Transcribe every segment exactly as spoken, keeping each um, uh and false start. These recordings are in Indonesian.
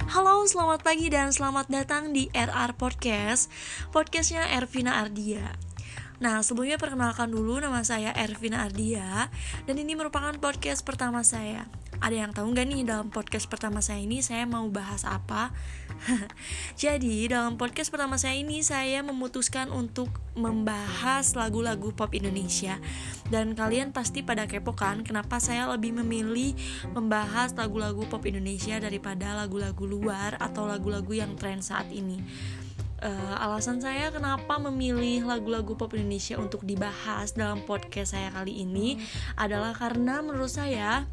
Halo, selamat pagi dan selamat datang di R R Podcast, podcastnya Ervina Ardia. Nah, sebelumnya perkenalkan dulu, nama saya Ervina Ardia, dan ini merupakan podcast pertama saya. Ada yang tahu nggak nih dalam podcast pertama saya ini saya mau bahas apa? Jadi dalam podcast pertama saya ini saya memutuskan untuk membahas lagu-lagu pop Indonesia. Dan kalian pasti pada kepo kan kenapa saya lebih memilih membahas lagu-lagu pop Indonesia daripada lagu-lagu luar atau lagu-lagu yang tren saat ini. Uh, alasan saya kenapa memilih lagu-lagu pop Indonesia untuk dibahas dalam podcast saya kali ini adalah karena menurut saya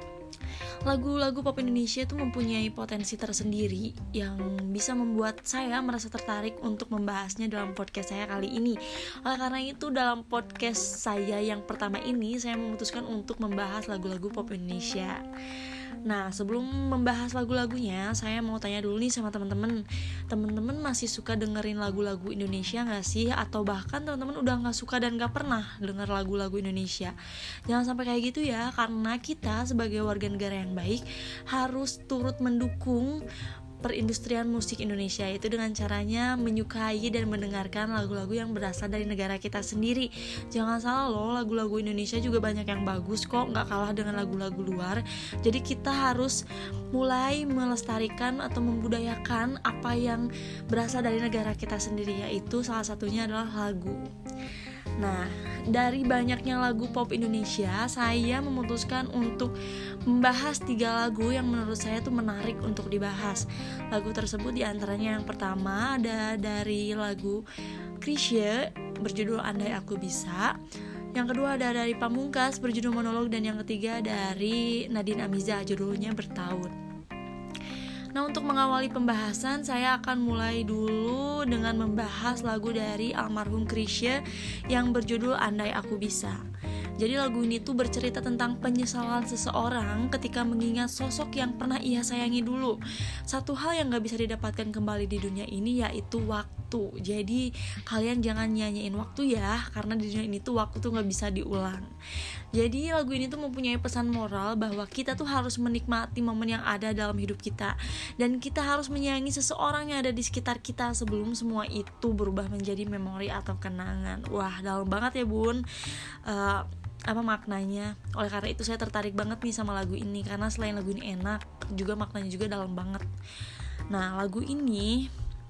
lagu-lagu pop Indonesia itu mempunyai potensi tersendiri yang bisa membuat saya merasa tertarik untuk membahasnya dalam podcast saya kali ini. Oleh karena itu dalam podcast saya yang pertama ini saya memutuskan untuk membahas lagu-lagu pop Indonesia. Nah, sebelum membahas lagu-lagunya, saya mau tanya dulu nih sama teman-teman. Teman-teman masih suka dengerin lagu-lagu Indonesia nggak sih? Atau bahkan teman-teman udah nggak suka dan nggak pernah denger lagu-lagu Indonesia? Jangan sampai kayak gitu ya, karena kita sebagai warga negara yang baik harus turut mendukung perindustrian musik Indonesia itu dengan caranya menyukai dan mendengarkan lagu-lagu yang berasal dari negara kita sendiri. Jangan salah loh, lagu-lagu Indonesia juga banyak yang bagus kok, gak kalah dengan lagu-lagu luar. Jadi kita harus mulai melestarikan atau membudayakan apa yang berasal dari negara kita sendiri, yaitu salah satunya adalah lagu. Nah, dari banyaknya lagu pop Indonesia, saya memutuskan untuk membahas tiga lagu yang menurut saya tuh menarik untuk dibahas. Lagu tersebut diantaranya yang pertama ada dari lagu Chrisye berjudul Andai Aku Bisa. Yang kedua ada dari Pamungkas berjudul Monolog. Dan yang ketiga dari Nadine Amizah judulnya Bertahun. Nah, untuk mengawali pembahasan, saya akan mulai dulu dengan membahas lagu dari almarhum Chrisye yang berjudul Andai Aku Bisa. Jadi lagu ini tuh bercerita tentang penyesalan seseorang ketika mengingat sosok yang pernah ia sayangi dulu. Satu hal yang gak bisa didapatkan kembali di dunia ini yaitu waktu. Jadi kalian jangan nyanyiin waktu ya, karena di dunia ini tuh waktu tuh gak bisa diulang. Jadi lagu ini tuh mempunyai pesan moral bahwa kita tuh harus menikmati momen yang ada dalam hidup kita. Dan kita harus menyayangi seseorang yang ada di sekitar kita sebelum semua itu berubah menjadi memori atau kenangan. Wah, dalam banget ya bun uh, apa maknanya. Oleh karena itu saya tertarik banget nih sama lagu ini, karena selain lagu ini enak, juga maknanya juga dalam banget. Nah, lagu ini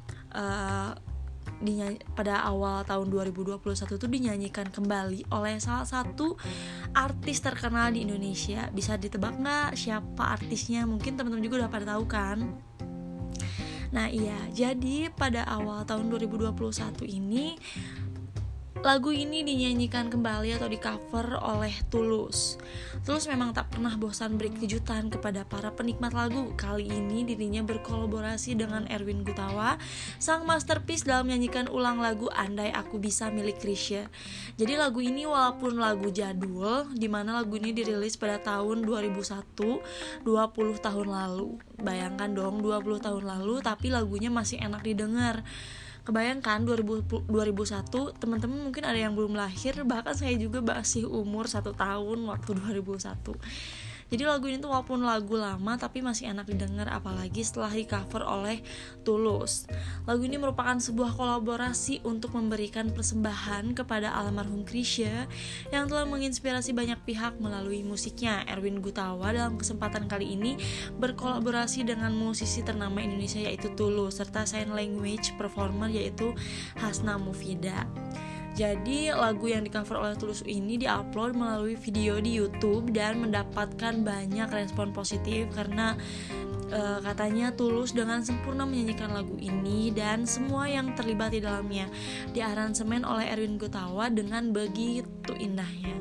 uh, dinyanyi, pada awal tahun dua ribu dua puluh satu itu dinyanyikan kembali oleh salah satu artis terkenal di Indonesia. Bisa ditebak gak siapa artisnya? Mungkin teman-teman juga udah pada tahu kan. Nah iya, jadi pada awal tahun dua ribu dua puluh satu ini lagu ini dinyanyikan kembali atau di cover oleh Tulus. Tulus memang tak pernah bosan beri kejutan kepada para penikmat lagu. Kali ini dirinya berkolaborasi dengan Erwin Gutawa, sang masterpiece dalam menyanyikan ulang lagu Andai Aku Bisa milik Chrisye. Jadi lagu ini walaupun lagu jadul, dimana lagu ini dirilis pada tahun dua ribu satu, dua puluh tahun lalu. Bayangkan dong, dua puluh tahun lalu tapi lagunya masih enak didengar. Kebayangkan dua ribu satu, teman-teman mungkin ada yang belum lahir, bahkan saya juga masih umur satu tahun waktu dua ribu satu. Jadi lagu ini tuh walaupun lagu lama tapi masih enak didengar, apalagi setelah di cover oleh Tulus. Lagu ini merupakan sebuah kolaborasi untuk memberikan persembahan kepada almarhum Chrisye yang telah menginspirasi banyak pihak melalui musiknya. Erwin Gutawa dalam kesempatan kali ini berkolaborasi dengan musisi ternama Indonesia yaitu Tulus, serta sign language performer yaitu Hasna Mufida. Jadi lagu yang di-cover oleh Tulus ini di-upload melalui video di YouTube dan mendapatkan banyak respon positif karena e, katanya Tulus dengan sempurna menyanyikan lagu ini dan semua yang terlibat di dalamnya diaransemen oleh Erwin Gutawa dengan begitu indahnya.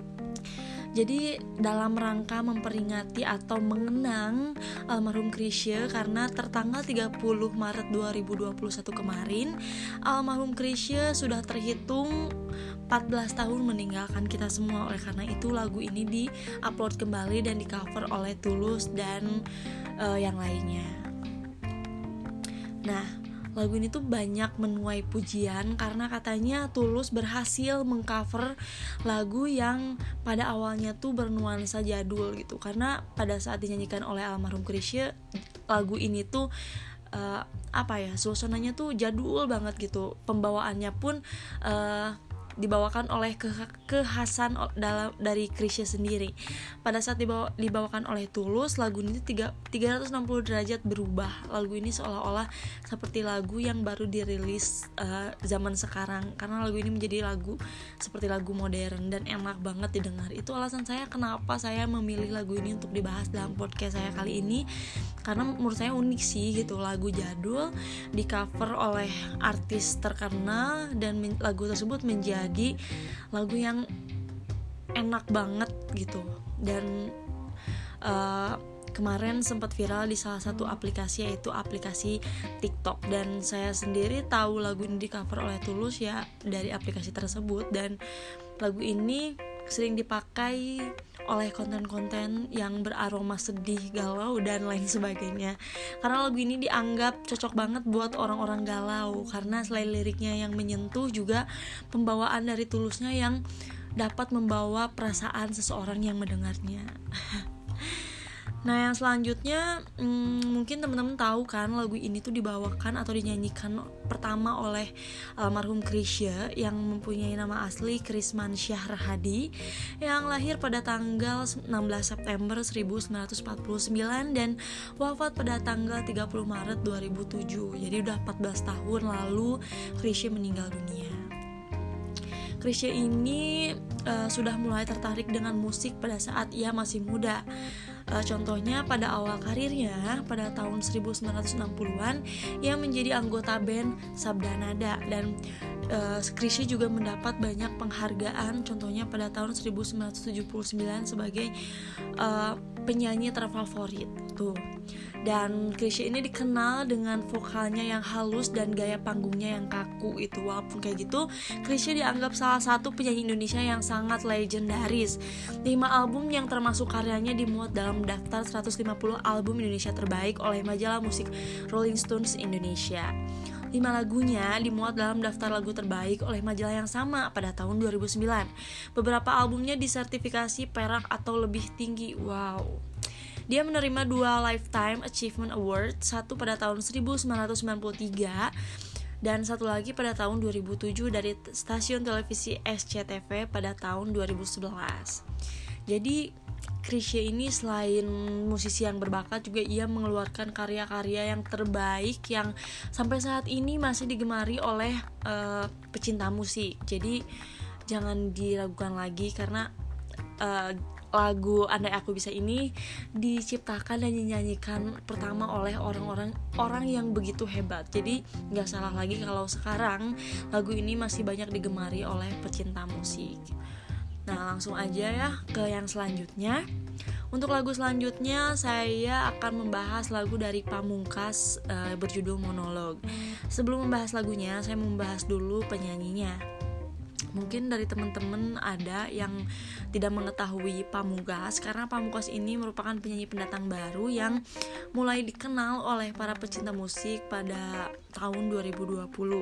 Jadi dalam rangka memperingati atau mengenang almarhum Chrisye, karena tertanggal tiga puluh Maret dua ribu dua puluh satu kemarin almarhum Chrisye sudah terhitung empat belas tahun meninggalkan kita semua. Oleh karena itu lagu ini di-upload kembali dan di-cover oleh Tulus dan uh, yang lainnya. Nah, lagu ini tuh banyak menuai pujian karena katanya Tulus berhasil mengcover lagu yang pada awalnya tuh bernuansa jadul gitu. Karena pada saat dinyanyikan oleh almarhum Chrisye, lagu ini tuh uh, apa ya, suasananya tuh jadul banget gitu. Pembawaannya pun uh, dibawakan oleh ke- kekhasan dalam dari Chrisye sendiri. Pada saat dibawa, dibawakan oleh Tulus, lagu ini tiga, tiga ratus enam puluh derajat berubah. Lagu ini seolah-olah seperti lagu yang baru dirilis uh, zaman sekarang, karena lagu ini menjadi lagu seperti lagu modern dan enak banget didengar. Itu alasan saya kenapa saya memilih lagu ini untuk dibahas dalam podcast saya kali ini, karena menurut saya unik sih gitu, lagu jadul di cover oleh artis terkenal dan men- lagu tersebut menjadi jadi lagu yang enak banget gitu. Dan uh, kemarin sempat viral di salah satu aplikasi, yaitu aplikasi TikTok, dan saya sendiri tahu lagu ini di cover oleh Tulus ya dari aplikasi tersebut. Dan lagu ini sering dipakai oleh konten-konten yang beraroma sedih, galau, dan lain sebagainya. Karena lagu ini dianggap cocok banget buat orang-orang galau, karena selain liriknya yang menyentuh, juga pembawaan dari Tulusnya yang dapat membawa perasaan seseorang yang mendengarnya. Nah, yang selanjutnya hmm, mungkin teman-teman tahu kan, lagu ini tuh dibawakan atau dinyanyikan pertama oleh almarhum Chrisye yang mempunyai nama asli Krismansyah Rahadi, yang lahir pada tanggal enam belas September seribu sembilan ratus empat puluh sembilan dan wafat pada tanggal tiga puluh Maret dua ribu tujuh. Jadi udah empat belas tahun lalu Chrisye meninggal dunia. Chrisye ini uh, sudah mulai tertarik dengan musik pada saat ia masih muda. Uh, contohnya pada awal karirnya pada tahun seribu sembilan ratus enam puluhan ia menjadi anggota band Sabda Nada, dan uh, Chrisye juga mendapat banyak penghargaan, contohnya pada tahun seribu sembilan ratus tujuh puluh sembilan sebagai uh, penyanyi terfavorit tuh. Dan Chrisye ini dikenal dengan vokalnya yang halus dan gaya panggungnya yang kaku itu. Walaupun kayak gitu, Chrisye dianggap salah satu penyanyi Indonesia yang sangat legendaris. Lima album yang termasuk karyanya dimuat dalam daftar seratus lima puluh album Indonesia terbaik oleh majalah musik Rolling Stones Indonesia. Lima lagunya dimuat dalam daftar lagu terbaik oleh majalah yang sama pada tahun dua ribu sembilan. Beberapa albumnya disertifikasi perak atau lebih tinggi. Wow. Dia menerima dua Lifetime Achievement Award, satu pada tahun seribu sembilan ratus sembilan puluh tiga dan satu lagi pada tahun dua ribu tujuh dari stasiun televisi S C T V pada tahun dua ribu sebelas. Jadi Chrisye ini selain musisi yang berbakat, juga ia mengeluarkan karya-karya yang terbaik yang sampai saat ini masih digemari oleh uh, pecinta musik. Jadi jangan diragukan lagi, karena uh, lagu Andai Aku Bisa ini diciptakan dan dinyanyikan pertama oleh orang-orang orang yang begitu hebat. Jadi gak salah lagi kalau sekarang lagu ini masih banyak digemari oleh pecinta musik. Nah, langsung aja ya ke yang selanjutnya. Untuk lagu selanjutnya saya akan membahas lagu dari Pamungkas uh, berjudul Monolog. Sebelum membahas lagunya, saya membahas dulu penyanyinya. Mungkin dari teman-teman ada yang tidak mengetahui Pamungkas, karena Pamungkas ini merupakan penyanyi pendatang baru yang mulai dikenal oleh para pecinta musik pada tahun dua ribu dua puluh.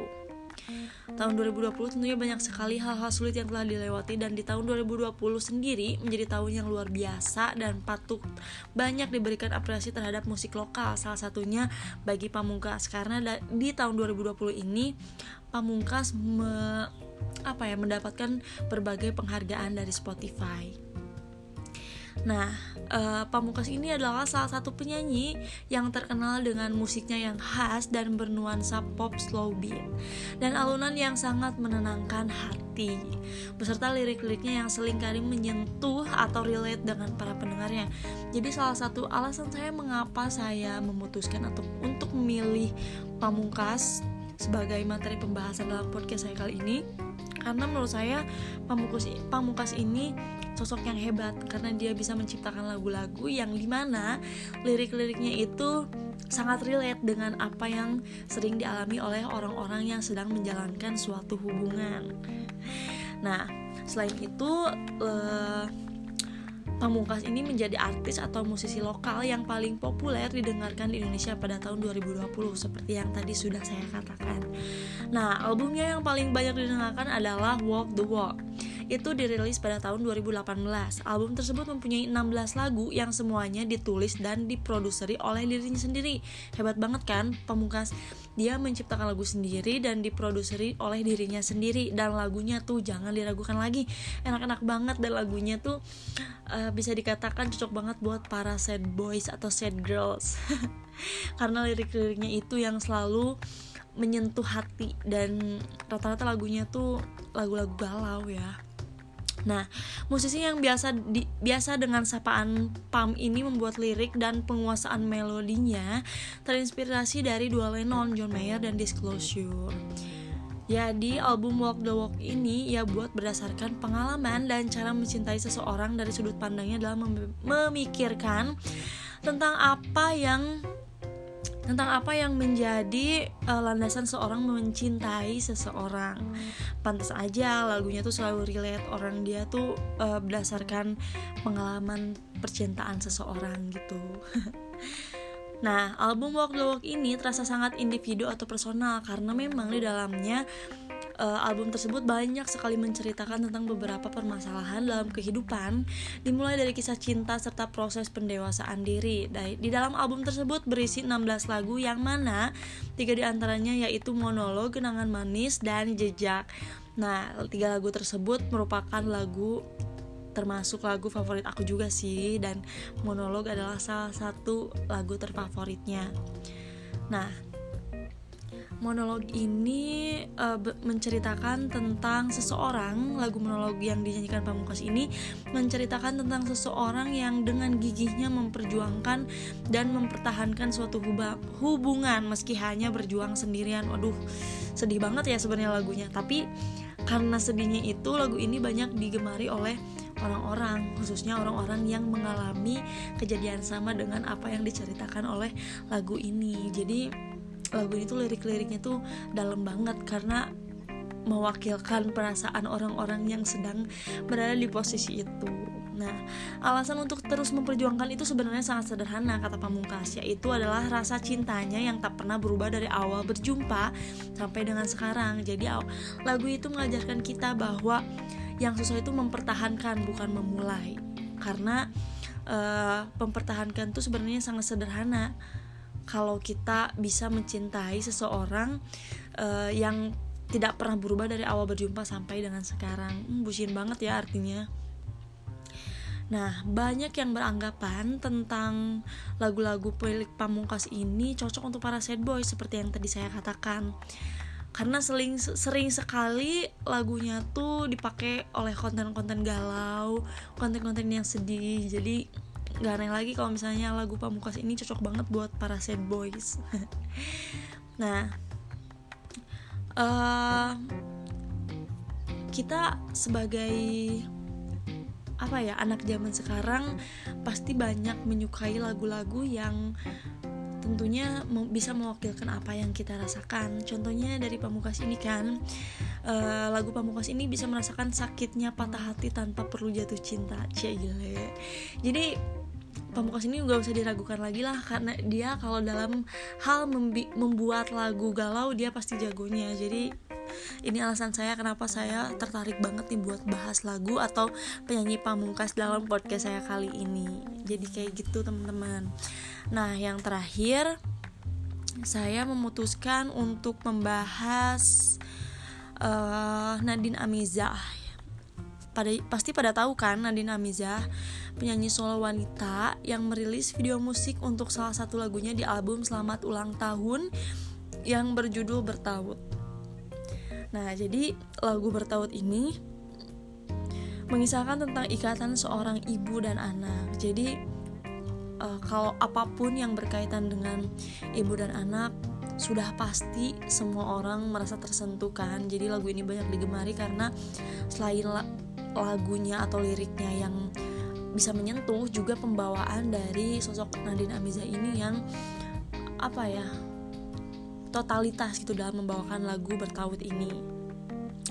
Tahun dua ribu dua puluh tentunya banyak sekali hal-hal sulit yang telah dilewati, dan di tahun dua ribu dua puluh sendiri menjadi tahun yang luar biasa dan patut banyak diberikan apresiasi terhadap musik lokal, salah satunya bagi Pamungkas. Karena di tahun dua ribu dua puluh ini Pamungkas me, apa ya, mendapatkan berbagai penghargaan dari Spotify. Nah, uh, Pamungkas ini adalah salah satu penyanyi yang terkenal dengan musiknya yang khas dan bernuansa pop slow beat dan alunan yang sangat menenangkan hati, beserta lirik-liriknya yang seringkali menyentuh atau relate dengan para pendengarnya. Jadi salah satu alasan saya mengapa saya memutuskan atau untuk memilih Pamungkas sebagai materi pembahasan dalam podcast saya kali ini, karena menurut saya Pamungkas, Pamungkas ini sosok yang hebat, karena dia bisa menciptakan lagu-lagu yang dimana lirik-liriknya itu sangat relate dengan apa yang sering dialami oleh orang-orang yang sedang menjalankan suatu hubungan. Nah, selain itu uh, Pamungkas ini menjadi artis atau musisi lokal yang paling populer didengarkan di Indonesia pada tahun dua ribu dua puluh, seperti yang tadi sudah saya katakan. Nah, albumnya yang paling banyak didengarkan adalah Walk the Walk. Itu dirilis pada tahun dua ribu delapan belas. Album tersebut mempunyai enam belas lagu yang semuanya ditulis dan diproduseri oleh dirinya sendiri. Hebat banget kan Pamungkas? Dia menciptakan lagu sendiri dan diproduseri oleh dirinya sendiri. Dan lagunya tuh jangan diragukan lagi, enak-enak banget. Dan lagunya tuh uh, bisa dikatakan cocok banget buat para sad boys atau sad girls. Karena lirik-liriknya itu yang selalu menyentuh hati. Dan rata-rata lagunya tuh lagu-lagu galau ya. Nah, musisi yang biasa di, biasa dengan sapaan Pam ini membuat lirik dan penguasaan melodinya terinspirasi dari dua Lennon, John Mayer dan Disclosure. Jadi album Walk the Walk ini ia buat berdasarkan pengalaman dan cara mencintai seseorang dari sudut pandangnya dalam mem- memikirkan tentang apa yang tentang apa yang menjadi uh, landasan seorang mencintai seseorang. Pantas aja lagunya tuh selalu relate, orang dia tuh uh, berdasarkan pengalaman percintaan seseorang gitu. Nah, album Walk the Walk ini terasa sangat individu atau personal karena memang di dalamnya uh, album tersebut banyak sekali menceritakan tentang beberapa permasalahan dalam kehidupan, dimulai dari kisah cinta serta proses pendewasaan diri. Di dalam album tersebut berisi enam belas lagu yang mana tiga diantaranya yaitu Monolog, Kenangan Manis, dan Jejak. Nah, tiga lagu tersebut merupakan lagu termasuk lagu favorit aku juga sih, dan Monolog adalah salah satu lagu terfavoritnya. Nah, Monolog ini uh, be- menceritakan tentang seseorang. Lagu Monolog yang dinyanyikan Pamungkas ini menceritakan tentang seseorang yang dengan gigihnya memperjuangkan dan mempertahankan suatu huba- hubungan meski hanya berjuang sendirian. Waduh, sedih banget ya sebenarnya lagunya. Tapi karena sedihnya itu, lagu ini banyak digemari oleh orang-orang, khususnya orang-orang yang mengalami kejadian sama dengan apa yang diceritakan oleh lagu ini. Jadi lagu ini tuh lirik-liriknya tuh dalam banget karena mewakilkan perasaan orang-orang yang sedang berada di posisi itu. Nah, alasan untuk terus memperjuangkan itu sebenarnya sangat sederhana, kata Pamungkas, yaitu adalah rasa cintanya yang tak pernah berubah dari awal berjumpa sampai dengan sekarang. Jadi lagu itu mengajarkan kita bahwa yang susah itu mempertahankan, bukan memulai. Karena uh, mempertahankan itu sebenarnya sangat sederhana. Kalau kita bisa mencintai seseorang uh, yang tidak pernah berubah dari awal berjumpa sampai dengan sekarang. hmm, Bucin banget ya artinya. Nah, banyak yang beranggapan tentang lagu-lagu milik Pamungkas ini cocok untuk para sad boy seperti yang tadi saya katakan. Karena sering, sering sekali lagunya tuh dipakai oleh konten-konten galau, konten-konten yang sedih. Jadi gak aneh lagi kalau misalnya lagu Pamungkas ini cocok banget buat para sad boys. Nah, uh, kita sebagai apa ya, anak zaman sekarang pasti banyak menyukai lagu-lagu yang tentunya bisa mewakilkan apa yang kita rasakan. Contohnya dari Pamungkas ini kan, uh, lagu Pamungkas ini bisa merasakan sakitnya patah hati tanpa perlu jatuh cinta. Cie gile. Jadi Pamungkas ini gak usah diragukan lagi lah, karena dia kalau dalam hal membi- membuat lagu galau dia pasti jagonya. Jadi ini alasan saya kenapa saya tertarik banget nih buat bahas lagu atau penyanyi Pamungkas dalam podcast saya kali ini. Jadi kayak gitu teman-teman. Nah, yang terakhir saya memutuskan untuk membahas uh, Nadine Amizah. Pada, pasti pada tahu kan Nadine Amizah, penyanyi solo wanita yang merilis video musik untuk salah satu lagunya di album Selamat Ulang Tahun yang berjudul Bertaut. Nah, jadi lagu Bertaut ini mengisahkan tentang ikatan seorang ibu dan anak. Jadi uh, kalau apapun yang berkaitan dengan ibu dan anak sudah pasti semua orang merasa tersentuh kan. Jadi lagu ini banyak digemari karena selain la- lagunya atau liriknya yang bisa menyentuh, juga pembawaan dari sosok Nadine Amizah ini yang apa ya, totalitas gitu dalam membawakan lagu Bertaut ini.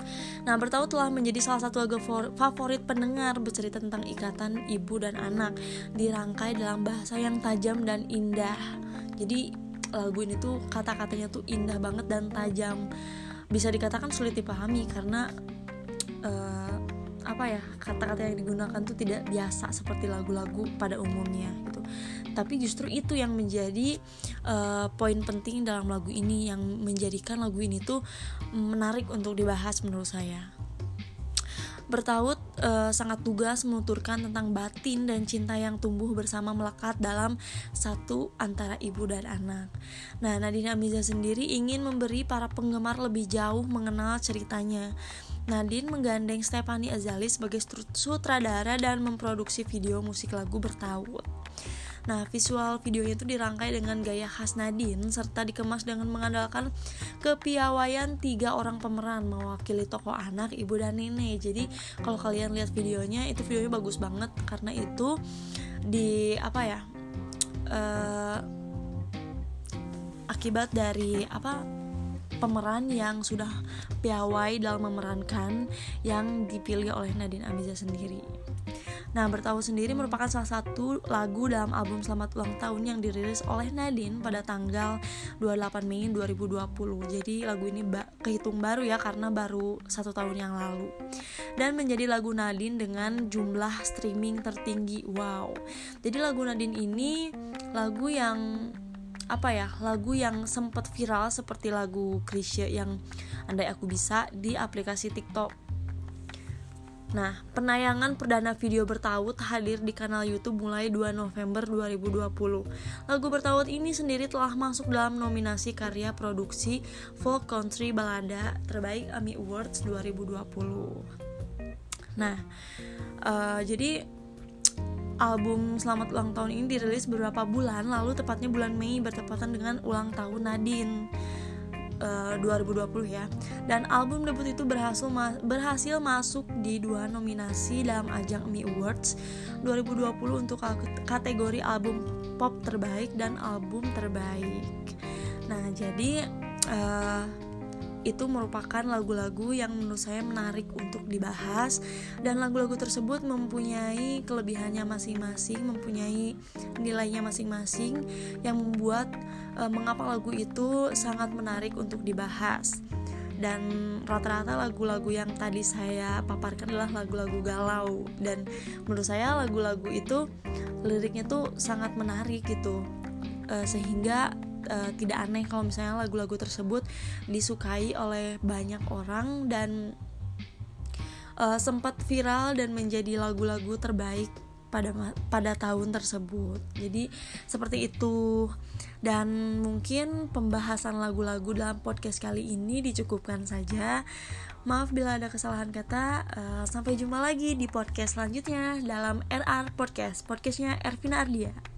Nah, Bertaut telah menjadi salah satu lagu favorit pendengar, bercerita tentang ikatan ibu dan anak, dirangkai dalam bahasa yang tajam dan indah. Jadi lagu ini tuh kata-katanya tuh indah banget dan tajam. Bisa dikatakan sulit dipahami karena uh, apa ya, kata-kata yang digunakan tuh tidak biasa seperti lagu-lagu pada umumnya gitu. Tapi justru itu yang menjadi uh, poin penting dalam lagu ini, yang menjadikan lagu ini tuh menarik untuk dibahas menurut saya. Bertaut uh, sangat lugas menuturkan tentang batin dan cinta yang tumbuh bersama melekat dalam satu antara ibu dan anak. Nah, Nadine Amiza sendiri ingin memberi para penggemar lebih jauh mengenal ceritanya. Nadine menggandeng Stephanie Azali sebagai sutradara dan memproduksi video musik lagu Bertaut. Nah, visual videonya itu dirangkai dengan gaya khas Nadine serta dikemas dengan mengandalkan kepiawaian tiga orang pemeran mewakili tokoh anak, ibu, dan nenek. Jadi kalau kalian lihat videonya, itu videonya bagus banget karena itu di apa ya uh, akibat dari apa pemeran yang sudah piawai dalam memerankan yang dipilih oleh Nadine Amiza sendiri. Nah, Bertaut sendiri merupakan salah satu lagu dalam album Selamat Ulang Tahun yang dirilis oleh Nadine pada tanggal dua puluh delapan Mei dua ribu dua puluh. Jadi lagu ini ba- kehitung baru ya, karena baru satu tahun yang lalu. Dan menjadi lagu Nadine dengan jumlah streaming tertinggi. Wow. Jadi lagu Nadine ini lagu yang apa ya, lagu yang sempat viral seperti lagu Chrisye yang Andai Aku Bisa di aplikasi TikTok. Nah, penayangan perdana video Bertaut hadir di kanal YouTube mulai dua November dua ribu dua puluh. Lagu Bertaut ini sendiri telah masuk dalam nominasi karya produksi folk country balada terbaik A M I Awards dua ribu dua puluh. Nah, uh, jadi album Selamat Ulang Tahun ini dirilis beberapa bulan lalu, tepatnya bulan Mei bertepatan dengan ulang tahun Nadine uh, dua ribu dua puluh ya. Dan album debut itu berhasil ma- berhasil masuk di dua nominasi dalam ajang A M I Awards dua ribu dua puluh untuk kategori album pop terbaik dan album terbaik. Nah, jadi uh, itu merupakan lagu-lagu yang menurut saya menarik untuk dibahas, dan lagu-lagu tersebut mempunyai kelebihannya masing-masing, mempunyai nilainya masing-masing yang membuat e, mengapa lagu itu sangat menarik untuk dibahas. Dan rata-rata lagu-lagu yang tadi saya paparkan adalah lagu-lagu galau, dan menurut saya lagu-lagu itu liriknya tuh sangat menarik gitu, e, sehingga Uh, tidak aneh kalau misalnya lagu-lagu tersebut disukai oleh banyak orang dan uh, sempat viral dan menjadi lagu-lagu terbaik pada pada tahun tersebut. Jadi seperti itu. Dan mungkin pembahasan lagu-lagu dalam podcast kali ini dicukupkan saja. Maaf bila ada kesalahan kata. uh, Sampai jumpa lagi di podcast selanjutnya dalam R R Podcast, podcastnya Ervina Ardia.